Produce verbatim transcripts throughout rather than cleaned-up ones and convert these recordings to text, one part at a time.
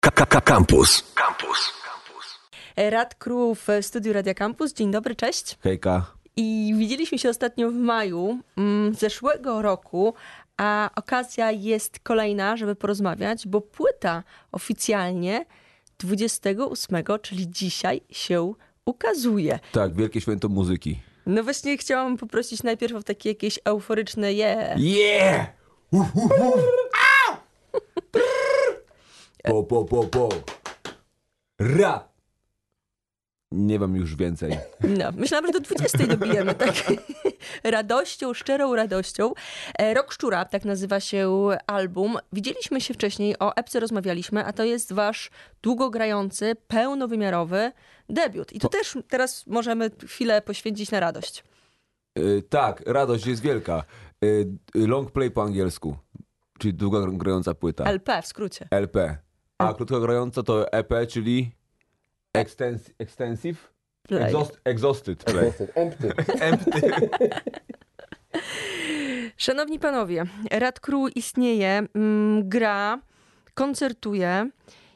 Campus. Campus. Rad Crew w studiu Radia Campus. Dzień dobry, cześć. Hejka. I widzieliśmy się ostatnio w maju mm, zeszłego roku, a okazja jest kolejna, żeby porozmawiać, bo płyta oficjalnie dwudziestego ósmego, czyli dzisiaj, się ukazuje. Tak, wielkie święto muzyki. No właśnie chciałam poprosić najpierw o takie jakieś euforyczne yeah. Yeah! Uh, uh, uh. Po, po, po, po. Ra! Nie mam już więcej. No, myślałam, że do dwudziestej dobijemy, tak? Radością, szczerą radością. Rok Szczura, tak nazywa się album. Widzieliśmy się wcześniej, o epce rozmawialiśmy, a to jest wasz długogrający, pełnowymiarowy debiut. I tu po... też teraz możemy chwilę poświęcić na radość. Yy, tak, radość jest wielka. Yy, long play po angielsku, czyli długogrająca płyta. L P w skrócie. L P. A krótkogrająca to E P, czyli extens- extensive? Exhaust- exhausted play. Empty. Empty. Szanowni panowie, Rad Crew istnieje, mm, gra, koncertuje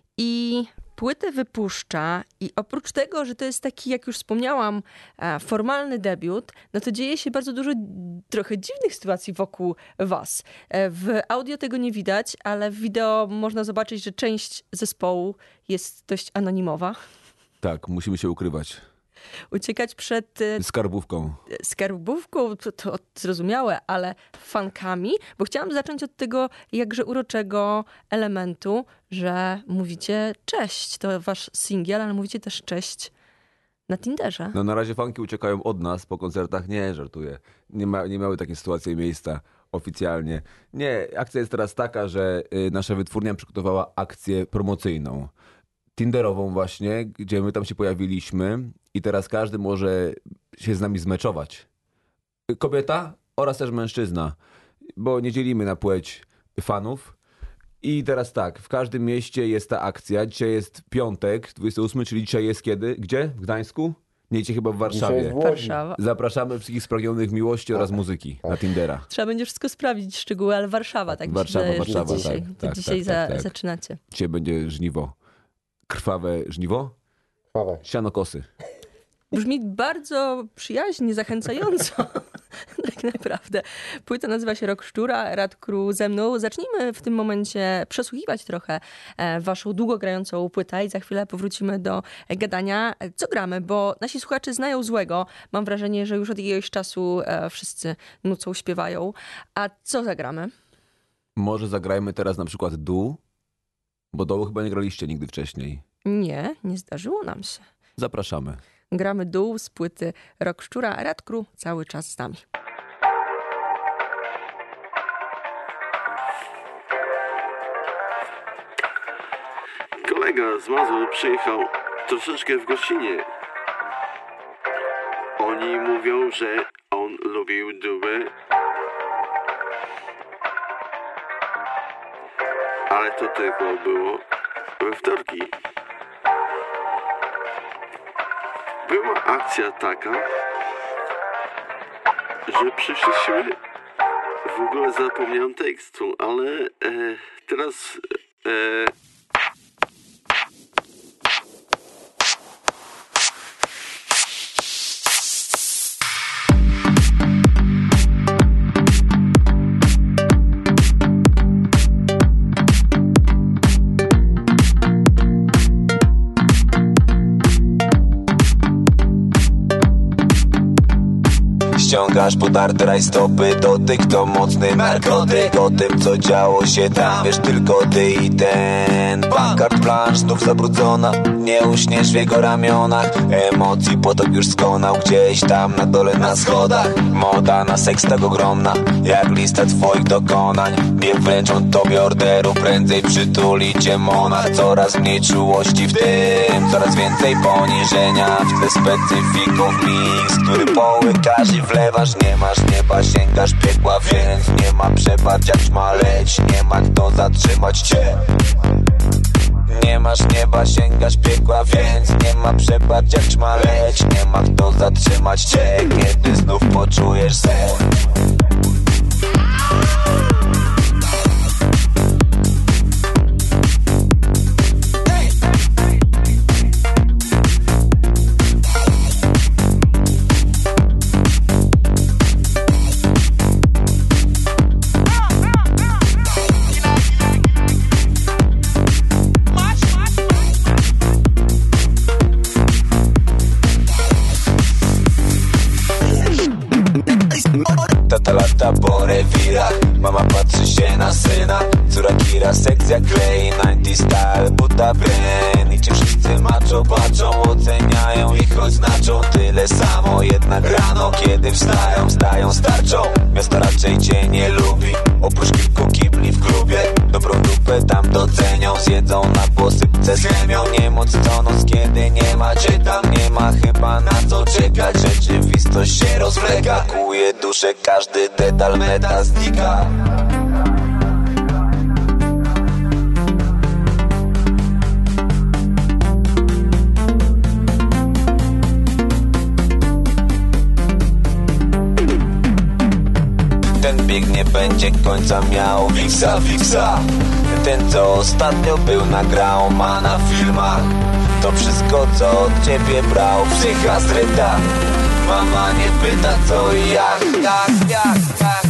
i płytę wypuszcza i oprócz tego, że to jest taki, jak już wspomniałam, formalny debiut, no to dzieje się bardzo dużo trochę dziwnych sytuacji wokół was. W audio tego nie widać, ale w wideo można zobaczyć, że część zespołu jest dość anonimowa. Tak, musimy się ukrywać. Uciekać przed skarbówką. Skarbówką, to, to zrozumiałe, ale fankami, bo chciałam zacząć od tego jakże uroczego elementu, że mówicie cześć. To wasz singiel, ale mówicie też cześć na Tinderze. No na razie fanki uciekają od nas po koncertach. Nie, żartuję. Nie, ma, nie miały takie sytuacje miejsca oficjalnie. Nie, akcja jest teraz taka, że y, nasza wytwórnia przygotowała akcję promocyjną. Tinderową właśnie, gdzie my tam się pojawiliśmy i teraz każdy może się z nami zmeczować. Kobieta oraz też mężczyzna, bo nie dzielimy na płeć fanów. I teraz tak, w każdym mieście jest ta akcja. Dzisiaj jest piątek, dwudziesty ósmy, czyli dzisiaj jest kiedy? Gdzie? W Gdańsku? Nie, dzisiaj chyba w Warszawie. w Warszawa. Zapraszamy wszystkich spragnionych miłości oraz muzyki na Tindera. Trzeba będzie wszystko sprawdzić, szczegóły, ale Warszawa, tak Warszawa, mi się wydaje, Warszawa, że dzisiaj, tak, to tak, dzisiaj tak, za, tak, tak. zaczynacie. Dzisiaj będzie żniwo. Krwawe żniwo? Krwawe. Sianokosy. Brzmi bardzo przyjaźnie, zachęcająco. Tak naprawdę. Płyta nazywa się Rok Szczura, Rad Crew ze mną. Zacznijmy w tym momencie przesłuchiwać trochę waszą długogrającą płytę i za chwilę powrócimy do gadania. Co gramy? Bo nasi słuchacze znają Złego. Mam wrażenie, że już od jakiegoś czasu wszyscy nucą, śpiewają. A co zagramy? Może zagrajmy teraz na przykład dół, bo dołu chyba nie graliście nigdy wcześniej. Nie, nie zdarzyło nam się. Zapraszamy. Gramy dół z płyty Rok Szczura, Rad Crew cały czas z nami. Kolega z Mazur przyjechał troszeczkę w gościnie. Oni mówią, że on lubił dóły, ale to tylko było we wtorki. Była akcja taka, że przyszliśmy, w ogóle zapomniałem tekstu, ale e, teraz e, Ściągasz podarte rajstopy, dotyk to mocny narkotyk. O tym co działo się tam wiesz tylko ty i ten pan. Carte blanche znów zabrudzona, nie uśniesz w jego ramionach. Emocji potok już skonał gdzieś tam na dole na schodach. Moda na seks tak ogromna, jak lista twoich dokonań. Nie wręczą tobie orderu, prędzej przytuli cię monarch. Coraz mniej czułości w tym, coraz więcej poniżenia. W tę specyfiką mix, który połykasz i wlewasz. Nie masz nieba, sięgasz piekła, więc nie ma przeparcia ćma, leć. Nie ma kto zatrzymać cię. Nie masz nieba, sięgasz piekła, więc nie ma przeparcia ćma, leć. Nie ma kto zatrzymać cię, kiedy znów poczujesz sen. jak klej, dziewięćdziesiąty style, buta brain. I ci wszyscy maczą, patrzą, oceniają i choć znaczą tyle samo. Jednak rano, kiedy wstają, wstają starczą. Miasto raczej cię nie lubi, oprócz kilku kibli w klubie. Dobrą dupę tam docenią, zjedzą na posypce z chemią. Niemoc co noc, kiedy nie ma cię tam, nie ma chyba na co czekać. Rzeczywistość się rozwleka, kuje duszę, każdy detal meta znika. Ten bieg nie będzie końca miał, wiksa, wiksa. Ten co ostatnio był nagrał, ma na filmach to wszystko co od ciebie brał. Psycha zryta, mama nie pyta co i jak, jak, jak, jak.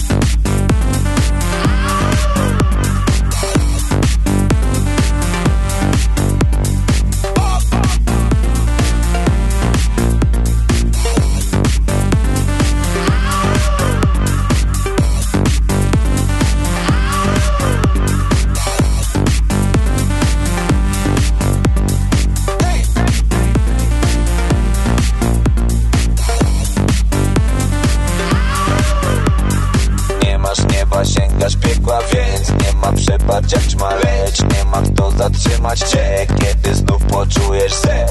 Sięgasz piekła, więc nie ma przeparcia ćma, lecz nie ma kto zatrzymać cię, kiedy znów poczujesz sen.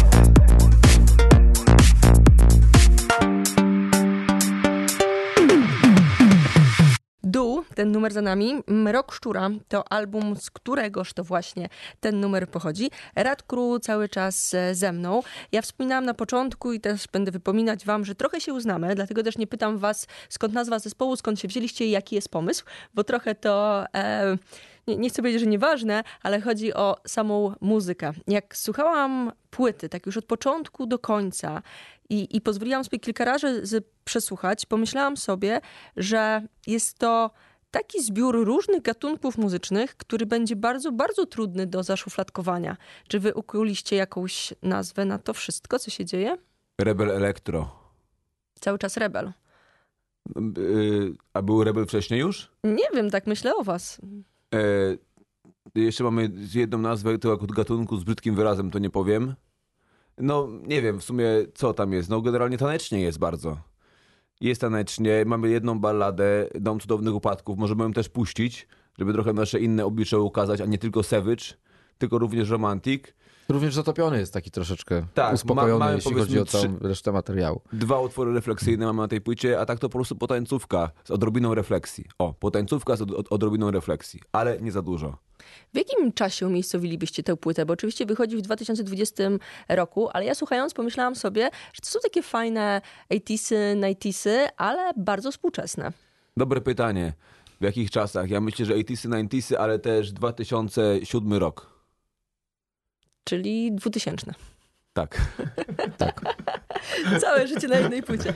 Dół, ten numer za nami, Rok Szczura, to album, z któregoż to właśnie ten numer pochodzi. Rad Crew cały czas ze mną. Ja wspominałam na początku i też będę wypominać wam, że trochę się uznamy, dlatego też nie pytam was, skąd nazwa zespołu, skąd się wzięliście i jaki jest pomysł, bo trochę to... E, nie, nie chcę powiedzieć, że nieważne, ale chodzi o samą muzykę. Jak słuchałam płyty, tak już od początku do końca i, i pozwoliłam sobie kilka razy z, przesłuchać, pomyślałam sobie, że jest to taki zbiór różnych gatunków muzycznych, który będzie bardzo, bardzo trudny do zaszufladkowania. Czy wy ukuliście jakąś nazwę na to wszystko, co się dzieje? Rebel Electro. Cały czas Rebel. Yy, a był Rebel wcześniej już? Nie wiem, tak myślę o was. Yy, jeszcze mamy jedną nazwę tego gatunku z brzydkim wyrazem, to nie powiem. No, nie wiem w sumie, co tam jest. No, generalnie tanecznie jest bardzo. Jest tanecznie, mamy jedną balladę, Dom Cudownych Upadków, możemy ją też puścić, żeby trochę nasze inne oblicze ukazać, a nie tylko Savage, tylko również Romantic. Również Zatopiony jest taki troszeczkę tak, uspokojony, ma, jeśli chodzi o całą trzy, resztę materiału. Dwa utwory refleksyjne mamy na tej płycie, a tak to po prostu potańcówka z odrobiną refleksji. O, potańcówka z od, od, odrobiną refleksji, ale nie za dużo. W jakim czasie umiejscowilibyście tę płytę? Bo oczywiście wychodzi w dwa tysiące dwudziestym roku, ale ja słuchając pomyślałam sobie, że to są takie fajne osiemdziesiąte, dziewięćdziesiąte, ale bardzo współczesne. Dobre pytanie. W jakich czasach? Ja myślę, że osiemdziesiąte, dziewięćdziesiąte, ale też dwa tysiące siódmy rok. Czyli dwutysięczne. Tak. tak. Całe życie na jednej płycie.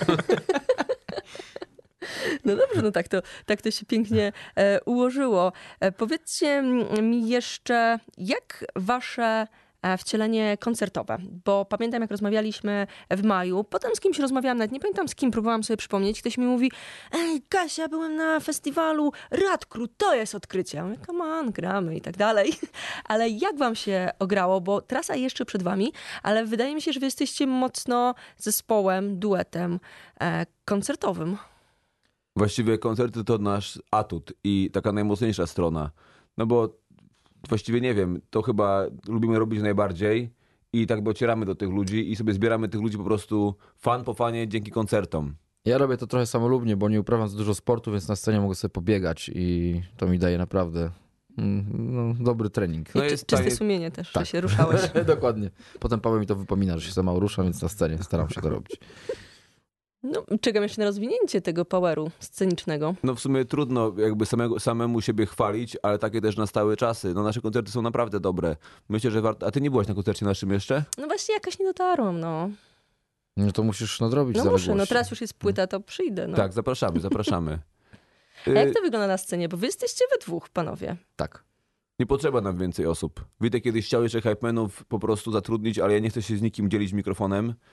No dobrze, no tak to, tak to się pięknie e, ułożyło. E, powiedzcie mi jeszcze, jak wasze e, wcielenie koncertowe? Bo pamiętam, jak rozmawialiśmy w maju, potem z kimś rozmawiałam, nawet nie pamiętam z kim, próbowałam sobie przypomnieć. Ktoś mi mówi, ej Kasia, byłem na festiwalu Rad Crew, to jest odkrycie. Ja mówię, come on, gramy i tak dalej. Ale jak wam się ograło? Bo trasa jeszcze przed wami, ale wydaje mi się, że wy jesteście mocno zespołem, duetem e, koncertowym. Właściwie koncerty to nasz atut i taka najmocniejsza strona. No bo właściwie nie wiem, to chyba lubimy robić najbardziej i tak docieramy do tych ludzi i sobie zbieramy tych ludzi po prostu fan po fanie dzięki koncertom. Ja robię to trochę samolubnie, bo nie uprawiam za dużo sportu, więc na scenie mogę sobie pobiegać i to mi daje naprawdę no, dobry trening. I no jest czyste tak... sumienie też, tak. Że się ruszałeś. Dokładnie. Potem Paweł mi to wypomina, że się za mało ruszam, więc na scenie staram się to robić. No, czekam jeszcze na rozwinięcie tego poweru scenicznego. No w sumie trudno jakby samego, samemu siebie chwalić, ale takie też na stałe czasy. No nasze koncerty są naprawdę dobre. Myślę, że warto... A ty nie byłaś na koncercie naszym jeszcze? No właśnie jakoś nie dotarłam, no. No to musisz nadrobić. No muszę, no teraz już jest płyta, to przyjdę. No. Tak, zapraszamy, zapraszamy. A jak to wygląda na scenie? Bo wy jesteście we dwóch, panowie. Tak. Nie potrzeba nam więcej osób. Witek kiedyś chciał jeszcze hypemenów po prostu zatrudnić, ale ja nie chcę się z nikim dzielić mikrofonem.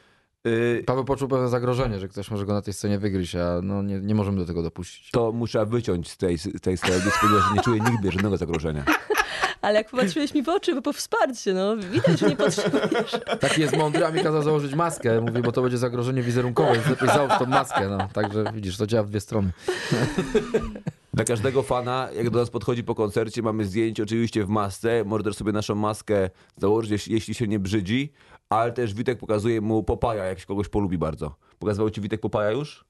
Yy, Paweł poczuł pewne zagrożenie, że ktoś może go na tej scenie wygryźć, a no nie, nie możemy do tego dopuścić. to muszę wyciąć z tej, z tej sceny, ponieważ nie czuję nigdy żadnego zagrożenia. Ale jak popatrzyłeś mi w oczy, bo po wsparcie, no widać, że nie potrzebujesz. Taki jest mądry, a mi kazał założyć maskę. Mówi, bo to będzie zagrożenie wizerunkowe, więc lepiej załóż tą maskę. No. Także widzisz, to działa w dwie strony. Dla każdego fana, jak do nas podchodzi po koncercie, mamy zdjęcie oczywiście w masce. Możesz sobie naszą maskę założyć, jeśli się nie brzydzi, ale też Witek pokazuje mu Popaja, jak się kogoś polubi bardzo. Pokazywał ci Witek Popaja już?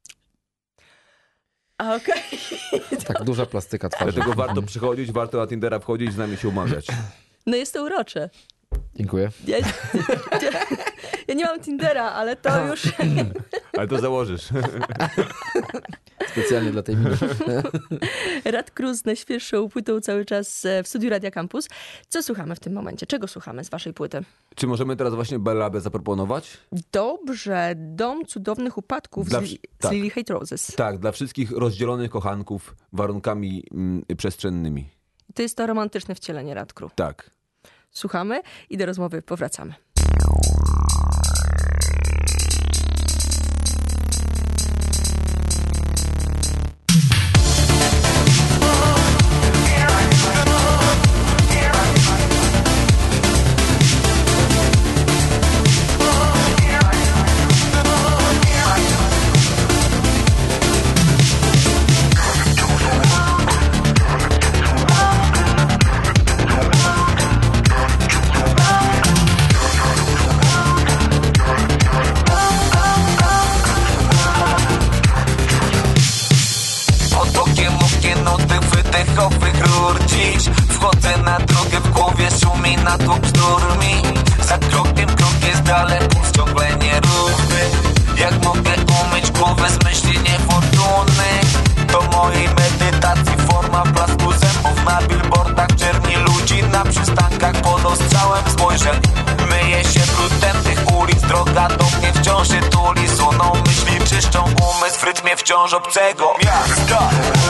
A okej. Tak duża plastyka twarzy. Dlatego warto przychodzić, warto na Tindera wchodzić, z nami się umawiać. No jest to urocze. Dziękuję. Ja, ja, ja nie mam Tindera, ale to już... Ale to założysz. Specjalnie dla tej minuty. Rad Cruz z najświeższą płytą cały czas w studiu Radia Campus. Co słuchamy w tym momencie? Czego słuchamy z waszej płyty? Czy możemy teraz właśnie Ballabę zaproponować? Dobrze. Dom cudownych upadków Dla z, wsz- Li- z tak. Lily Hate Roses. Tak, dla wszystkich rozdzielonych kochanków warunkami mm, przestrzennymi. To jest to romantyczne wcielenie Rad Cruz. Tak. Słuchamy i do rozmowy powracamy. Wchodzę na drogę, w głowie szumi, na to bzdur mi. Za krokiem krok jest dalej, puls ciągle nierówny. Jak mogę umyć głowę z myśli niefortunnych? Do mojej medytacji forma w blasku zębów. Na billboardach czerni ludzi, na przystankach pod ostrzałem spojrzeń. Myję się brudem tych ulic, droga do mnie wciąż się tuli. Suną myśli, czyszczą umysł w rytmie wciąż obcego miasta.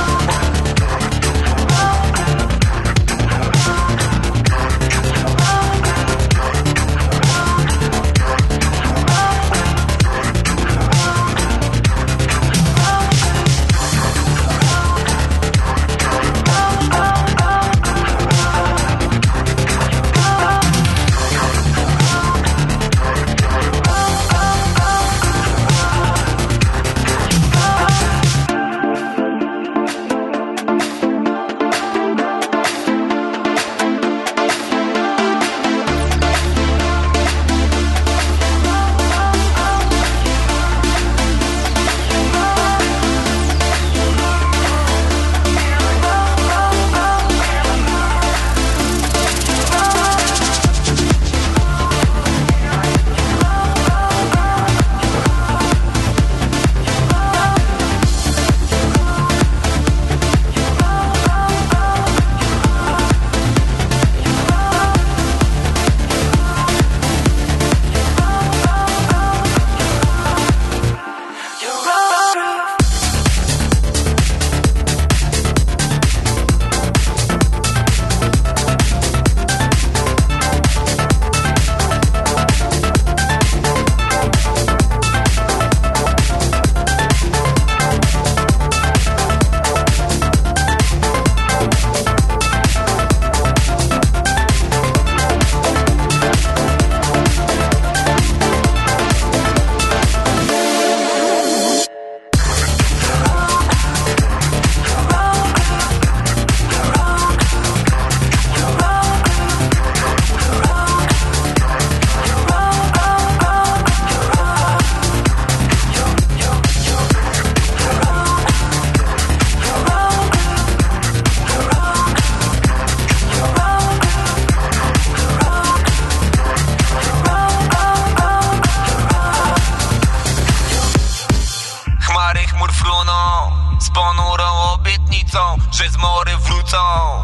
że zmory wrócą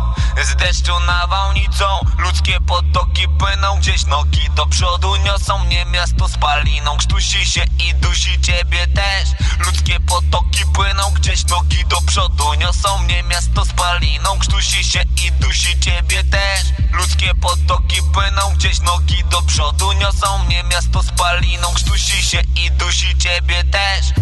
z deszczu nawałnicą. Ludzkie potoki płyną gdzieś, nogi do przodu niosą mnie. Miasto spaliną krztusi się i dusi ciebie też. Ludzkie potoki płyną gdzieś, nogi do przodu niosą mnie. Miasto spaliną krztusi się i dusi ciebie też. Ludzkie potoki płyną gdzieś nogi do przodu. Niosą mnie miasto spaliną, krztusi się i dusi ciebie też.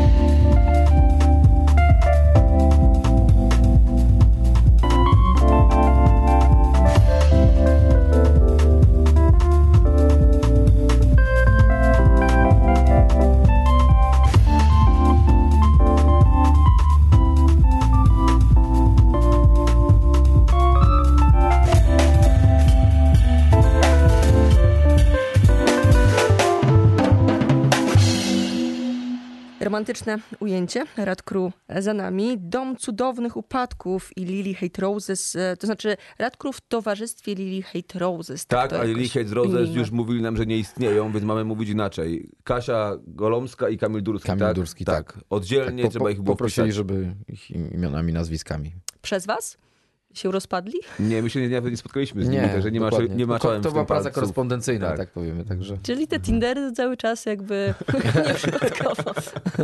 Romantyczne ujęcie, Rad Crew za nami, Dom Cudownych Upadków i Lily Hate Roses, to znaczy Rad Crew w towarzystwie Lily Hate Roses. Tak, to ale Lily jakoś Hate Roses ujmijmy. już mówili nam, że nie istnieją, więc mamy mówić inaczej. Kasia Golomska i Kamil Durski, Kamil tak? Durski, tak. Oddzielnie Tak, po- trzeba po- ich było Poprosili, wpisać. żeby ich imionami, nazwiskami. Przez was? Się rozpadli? Nie, my się nie, nie spotkaliśmy z nimi, Nie, także nie, ma, dokładnie. nie maczałem To w była tym praca palców. korespondencyjna, tak. Tak. tak powiemy. Także. Czyli te Tindery cały czas jakby nieprzypadkowo.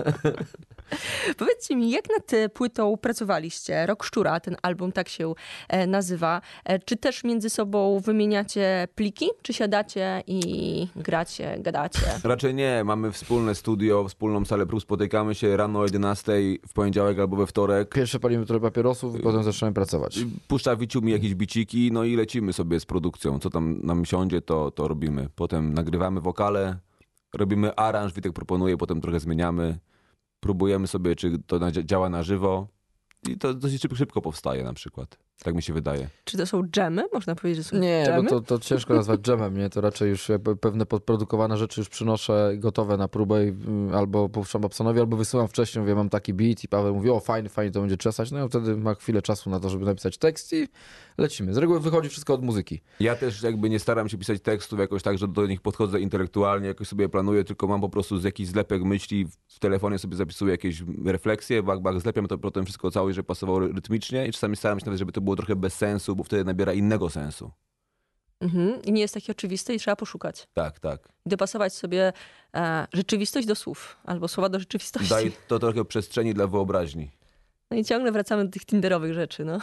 Powiedzcie mi, jak nad płytą pracowaliście? Rok Szczura, ten album tak się e, nazywa. E, czy też między sobą wymieniacie pliki? Czy siadacie i gracie, gadacie? Raczej nie, mamy wspólne studio, wspólną salę prób, spotykamy się rano o jedenastej w poniedziałek albo we wtorek. Pierwsze palimy trochę papierosów i potem zaczynamy pracować. Puszcza Wiciu mi jakieś biciki, no i lecimy sobie z produkcją. Co tam nam siądzie, to, to robimy. Potem nagrywamy wokale, robimy aranż, Witek proponuje, potem trochę zmieniamy. Próbujemy sobie, czy to na- działa na żywo. I to dosyć szybko, szybko powstaje na przykład. Tak mi się wydaje. Czy to są dżemy? Można powiedzieć, że są Nie, dżemy? bo to, to ciężko nazwać dżemem, nie? To raczej już jakby pewne podprodukowane rzeczy już przynoszę gotowe na próbę i, mm, albo puszczam Babsonowi, albo wysyłam wcześniej, mówię, mam taki beat i Paweł mówi, o fajnie, fajnie to będzie czesać. No i wtedy ma chwilę czasu na to, żeby napisać tekst i lecimy. Z reguły wychodzi wszystko od muzyki. Ja też jakby nie staram się pisać tekstów jakoś tak, że do nich podchodzę intelektualnie, jakoś sobie planuję, tylko mam po prostu z jakichś zlepek myśli, w telefonie sobie zapisuję jakieś refleksje, bak, bak, zlepiam to potem wszystko całość, żeby pasowało rytmicznie i czasami staram się nawet, żeby to było trochę bez sensu, bo wtedy nabiera innego sensu. Mhm. I nie jest takie oczywiste i trzeba poszukać. Tak, tak. I dopasować sobie e, rzeczywistość do słów, albo słowa do rzeczywistości. Daje to trochę przestrzeni dla wyobraźni. No i ciągle wracamy do tych tinderowych rzeczy, no.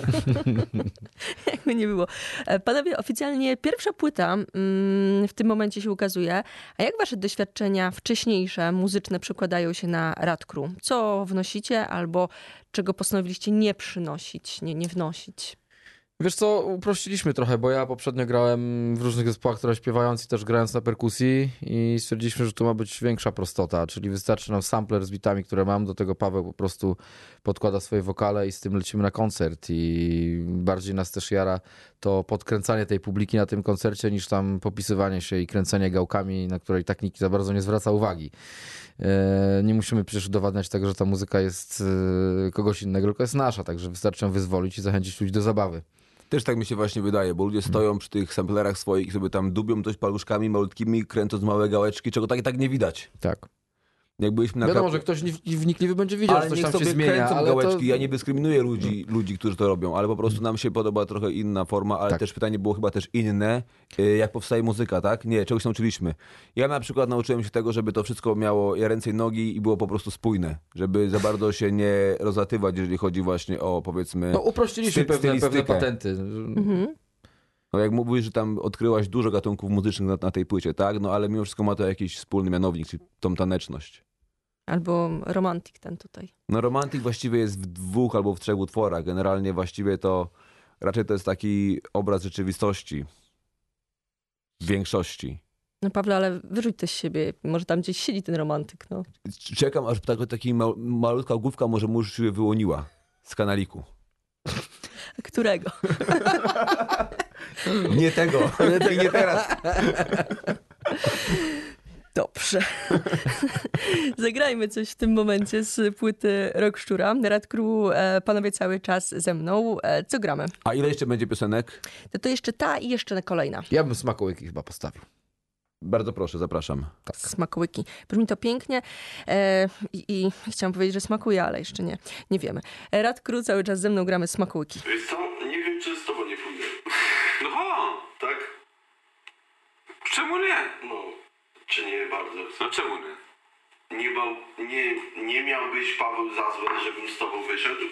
Jakby nie było. E, Panowie, oficjalnie pierwsza płyta mm, w tym momencie się ukazuje. A jak wasze doświadczenia wcześniejsze, muzyczne przekładają się na Rad Crew? Co wnosicie albo czego postanowiliście nie przynosić, nie, nie wnosić? Wiesz co, uprościliśmy trochę, bo ja poprzednio grałem w różnych zespołach, które śpiewając i też grając na perkusji i stwierdziliśmy, że tu ma być większa prostota, czyli wystarczy nam sampler z bitami, które mam, do tego Paweł po prostu podkłada swoje wokale i z tym lecimy na koncert i bardziej nas też jara to podkręcanie tej publiki na tym koncercie niż tam popisywanie się i kręcenie gałkami, na której tak nikt za bardzo nie zwraca uwagi. Nie musimy przecież udowadniać tego, że ta muzyka jest kogoś innego, tylko jest nasza, także wystarczy ją wyzwolić i zachęcić ludzi do zabawy. Też tak mi się właśnie wydaje, bo ludzie stoją przy tych samplerach swoich i sobie tam dubią coś paluszkami malutkimi, kręcąc małe gałeczki, czego tak i tak nie widać. Tak. Jak byliśmy na Wiadomo, kap- że ktoś wnikliwy będzie widział, ale że coś niech tam sobie się zmienia, kręcą ale gałeczki. to... Ja nie dyskryminuję ludzi, ludzi, którzy to robią, ale po prostu nam się podoba trochę inna forma, ale Tak. też pytanie było chyba też inne, y, jak powstaje muzyka, tak? Nie, czegoś nauczyliśmy. Ja na przykład nauczyłem się tego, żeby to wszystko miało ręce i nogi i było po prostu spójne, żeby za bardzo się nie rozlatywać, jeżeli chodzi właśnie o, powiedzmy... No uprościliśmy styl- pewne, pewne stylistykę. patenty. Mhm. No jak mówisz, że tam odkryłaś dużo gatunków muzycznych na, na tej płycie, tak? No ale mimo wszystko ma to jakiś wspólny mianownik, czyli tą taneczność. Albo romantik ten tutaj. No romantik właściwie jest w dwóch albo w trzech utworach. Generalnie właściwie to raczej to jest taki obraz rzeczywistości. W większości. No Pawle, ale wyrzuć to z siebie. Może tam gdzieś siedzi ten romantyk, no. Czekam, aż taka taki ma, malutka główka może mu już się wyłoniła z kanaliku. Którego? Nie tego, nie, nie teraz. Dobrze. Zagrajmy coś w tym momencie z płyty Rok Szczura. Rad Crew, e, panowie cały czas ze mną. E, co gramy? A ile jeszcze będzie piosenek? To, to jeszcze ta i jeszcze kolejna. Ja bym smakołyki chyba postawił. Bardzo proszę, zapraszam. Tak. Smakołyki. Brzmi to pięknie e, i, i chciałam powiedzieć, że smakuje, ale jeszcze nie, nie wiemy. Rad Crew, cały czas ze mną gramy smakołyki. Wiesz co? Nie wiem, czy z tobą nie pójdę. No ha, tak? Czemu nie? No, czy nie bardzo. No czemu nie? Nie, bał, nie, nie miałbyś, Paweł, za złe, żebym z tobą wyszedł?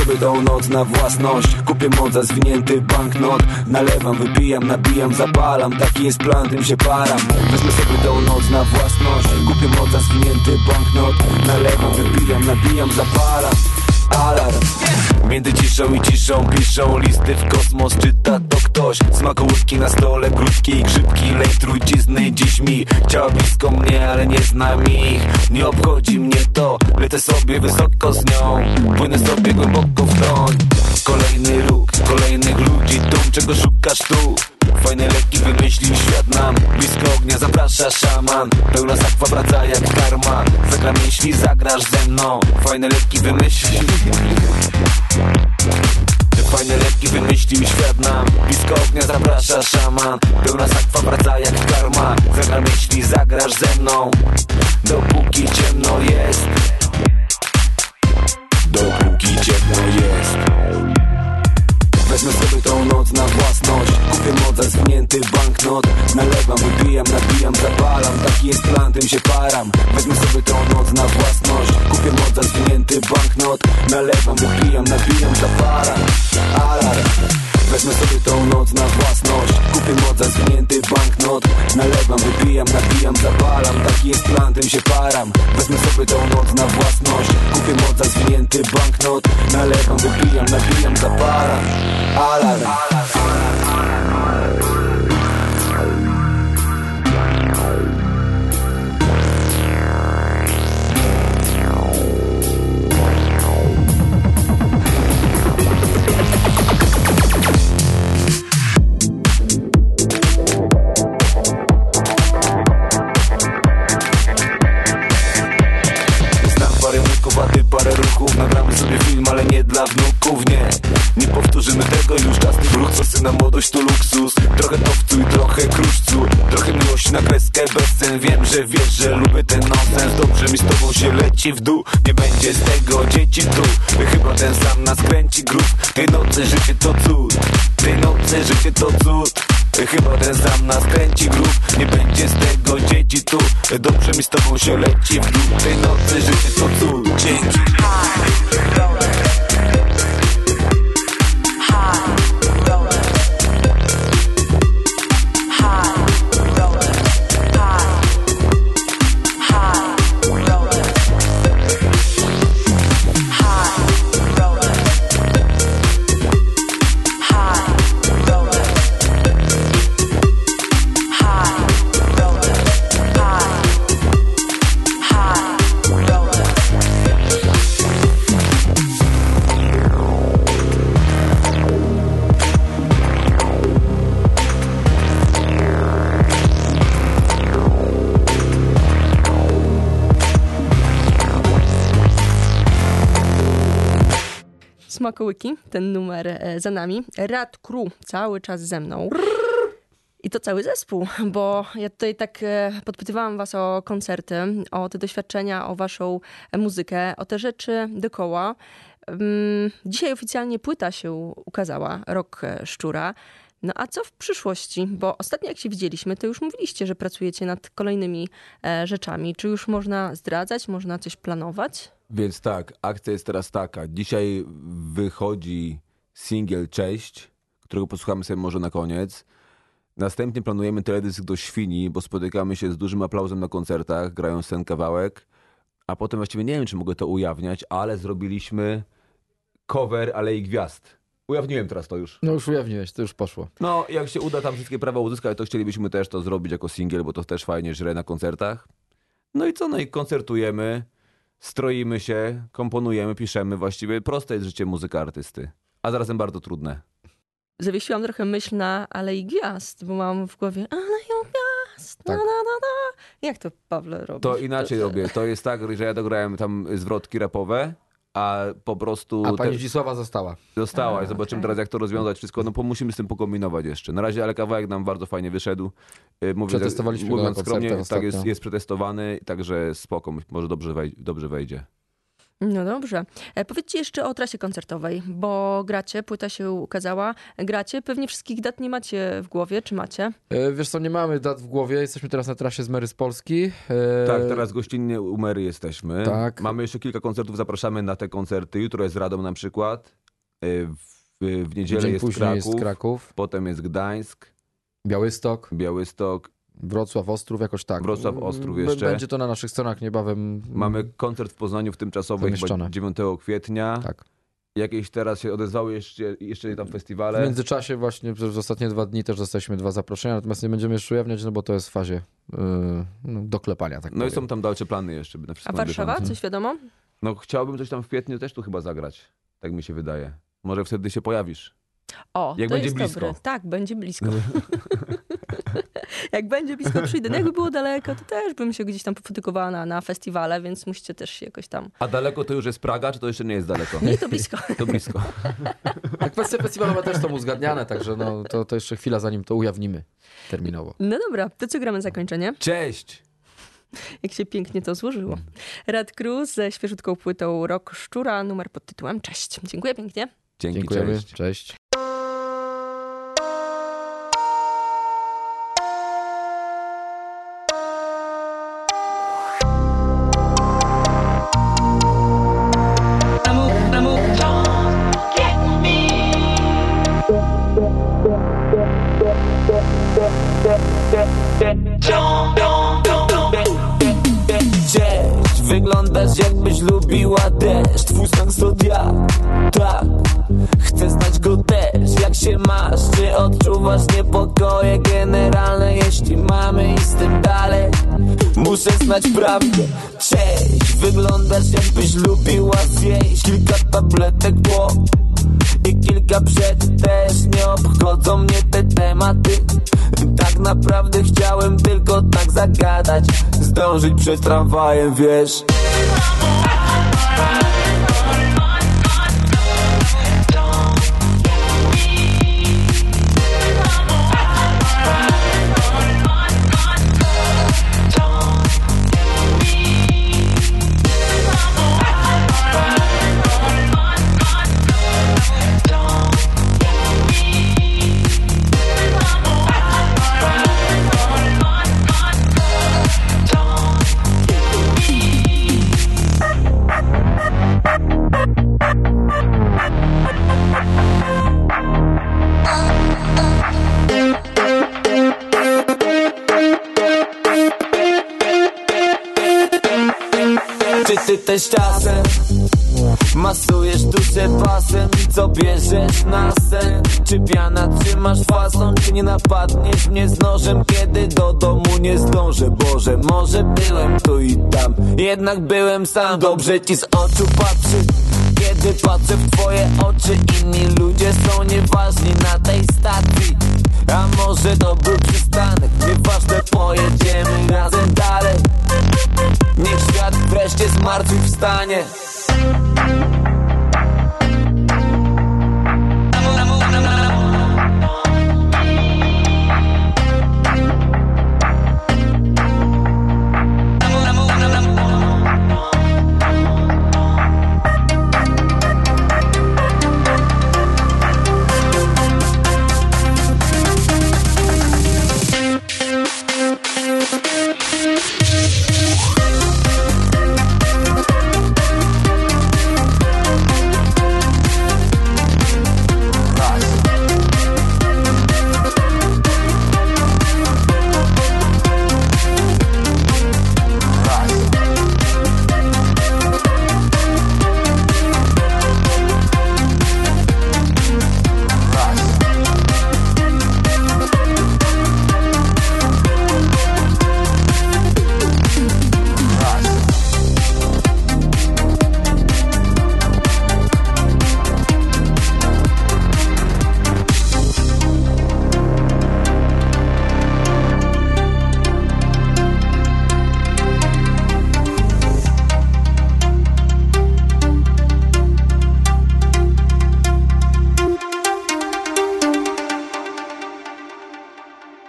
sobie tą noc na własność. Kupię moc za zwinięty banknot. Nalewam, wypijam, nabijam, zapalam. Taki jest plan, tym się param. Wezmę sobie tą noc na własność. Kupię moc za zwinięty banknot. Nalewam, wypijam, nabijam, zapalam. Alarm. Między ciszą i ciszą piszą listy w kosmos, czyta to ktoś. Smakołyki na stole, krótkie i grzybki, lej trucizny dziś mi. Ciała blisko mnie, ale nie znam ich. Nie obchodzi mnie to, lecę sobie wysoko z nią. Płynę sobie głęboko w broń. Kolejny róg, kolejnych ludzi, tu czego szukasz tu. Fajne leki wymyślił świat nam. Blisko ognia zaprasza szaman. Pełna sakwa wraca jak karma. Zagram jeśli zagrasz ze mną. Fajne leki wymyślił Fajne leki wymyślił świat nam. Blisko ognia zaprasza szaman. Pełna sakwa wraca jak karma. Zagram jeśli zagrasz ze mną. Dopóki ciemno jest. Dopóki ciemno jest. Wezmę sobie tą noc na własność. Kupię moc za zwinięty banknot. Nalewam, wypijam, nabijam, zapalam. Taki jest plan, tym się param. Wezmę sobie tą noc na własność. Kupię moc za zwinięty banknot. Nalewam, wypijam, nabijam, zapalam. Alarm. Wezmę sobie tą noc na własność. Kupię moc za zwinięty banknot. Nalewam, wypijam, nabijam, zapalam. Taki jest plan, tym się param. Wezmę sobie tą noc na własność. Kupię moc za zwinięty banknot. Nalewam, wypijam, nabijam, zapalam. Alarm. Parę ruchów, nagramy sobie film, ale nie dla wnuków, nie. Nie powtórzymy tego, już czas nie wrócę. Syna młodość to luksus. Trochę towcu i trochę kruszcu. Trochę miłości na kreskę bez cen. Wiem, że wiesz, że lubię ten nonsens. Dobrze mi z tobą się leci w dół. Nie będzie z tego dzieci tu. Chyba ten sam nas kręci grób. Tej nocy życie to cud. Tej nocy życie to cud. Chyba ten sam nas kręci grób. Nie będzie z tego dzieci tu. Dobrze mi z tobą się leci w dół. Tej nocy życie to cud. Dzięki. Smakołyki, ten numer za nami. Rad Crew cały czas ze mną. I to cały zespół, bo ja tutaj tak podpytywałam was o koncerty, o te doświadczenia, o waszą muzykę, o te rzeczy dookoła. Dzisiaj oficjalnie płyta się ukazała, Rok Szczura. No a co w przyszłości? Bo ostatnio jak się widzieliśmy, to już mówiliście, że pracujecie nad kolejnymi rzeczami. Czy już można zdradzać, można coś planować? Więc tak, akcja jest teraz taka. Dzisiaj wychodzi singiel Cześć, którego posłuchamy sobie może na koniec. Następnie planujemy teledysk do Świni, bo spotykamy się z dużym aplauzem na koncertach, grając ten kawałek. A potem właściwie nie wiem, czy mogę to ujawniać, ale zrobiliśmy cover Alei Gwiazd. Ujawniłem teraz to już. No już ujawniłeś, to już poszło. No, jak się uda tam wszystkie prawa uzyskać, to chcielibyśmy też to zrobić jako singiel, bo to też fajnie żre na koncertach. No i co? No i koncertujemy, stroimy się, komponujemy, piszemy. Właściwie proste jest życie muzyka artysty, a zarazem bardzo trudne. Zawiesiłam trochę myśl na Alei Gwiazd, bo mam w głowie Aleją Gwiazd, tak. na, na, na, na. Jak to, Pawle, robisz? To inaczej robię. To jest tak, że ja dograłem tam zwrotki rapowe, a po prostu... A pani te... Zdzisława została. Została A, i zobaczymy okay. teraz, jak to rozwiązać wszystko. No bo musimy z tym pokombinować jeszcze. Na razie, ale kawałek nam bardzo fajnie wyszedł. Mówiąc, Przetestowaliśmy mówiąc go na skromnie, koncertach tak jest, ostatnio. jest przetestowany, także spoko, może dobrze, wej- dobrze wejdzie. No dobrze. E, powiedzcie jeszcze o trasie koncertowej, bo gracie, płyta się ukazała, gracie, pewnie wszystkich dat nie macie w głowie, czy macie? E, Wiesz co, nie mamy dat w głowie, jesteśmy teraz na trasie z Mary z Polski. E, Tak, teraz gościnnie u Mary jesteśmy. Tak. Mamy jeszcze kilka koncertów, zapraszamy na te koncerty. Jutro jest Radom na przykład, y, w, w niedzielę Dzień jest później Kraków, jest Kraków, potem jest Gdańsk, Białystok, Białystok, Wrocław, Ostrów, jakoś tak. Wrocław, Ostrów B- jeszcze. Będzie to na naszych stronach niebawem. Mamy koncert w Poznaniu w tymczasowej Wymieszczone. chyba dziewiątego kwietnia. Tak. Jakieś teraz się odezwały jeszcze, jeszcze tam festiwale. W międzyczasie właśnie przez ostatnie dwa dni też dostaliśmy dwa zaproszenia, natomiast nie będziemy jeszcze ujawniać, no bo to jest w fazie yy, no, doklepania. Tak No powiem. i są tam dalsze plany jeszcze. Na A wszystko Warszawa, bieżąco. coś wiadomo? No chciałbym coś tam w kwietniu też tu chyba zagrać. Tak mi się wydaje. Może wtedy się pojawisz. O, Jak to będzie jest blisko. dobre. Tak, będzie blisko. Jak będzie blisko, przyjdę. No jakby było daleko, to też bym się gdzieś tam popotykowała na, na festiwale, więc musicie też się jakoś tam... A daleko to już jest Praga, czy to jeszcze nie jest daleko? Nie, to blisko. To blisko. A kwestie festiwalowe też są uzgadniane, także no, to, to jeszcze chwila, zanim to ujawnimy terminowo. No dobra, to co gramy zakończenie? Cześć! Jak się pięknie to złożyło. Rad Cruz ze świeżutką płytą Rok Szczura, numer pod tytułem Cześć. Dziękuję pięknie. Dzięki, Dziękujemy. cześć. Cześć. Cześć, wyglądasz jakbyś lubiła deszcz. Twój sens od jak, tak. Chcę znać go też. Jak się masz, czy odczuwasz niepokoje generalne? Jeśli mamy i z tym dalej, muszę znać prawdę. Cześć, wyglądasz jakbyś lubiła zjeść kilka tabletek po i kilka przed. Też nie obchodzą mnie te tematy. Tak naprawdę chciałem tylko tak zagadać, zdążyć przed tramwajem, wiesz. Czy ty też czasem masujesz duszę pasem i co bierzesz na sen? Czy piana trzymasz fason, czy nie napadniesz mnie z nożem, kiedy do domu nie zdążę? Boże, może byłem tu i tam, jednak byłem sam. Dobrze ci z oczu patrzy, kiedy patrzę w twoje oczy. Inni ludzie są nieważni na tej stacji, a może to był przystanek. Nieważne, pojedziemy razem dalej. Niech świat wreszcie zmartwychwstanie.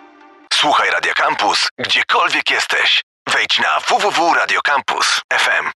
Słuchaj Radio Campus, gdziekolwiek jesteś. Wejdź na w w w kropka radio campus kropka f m.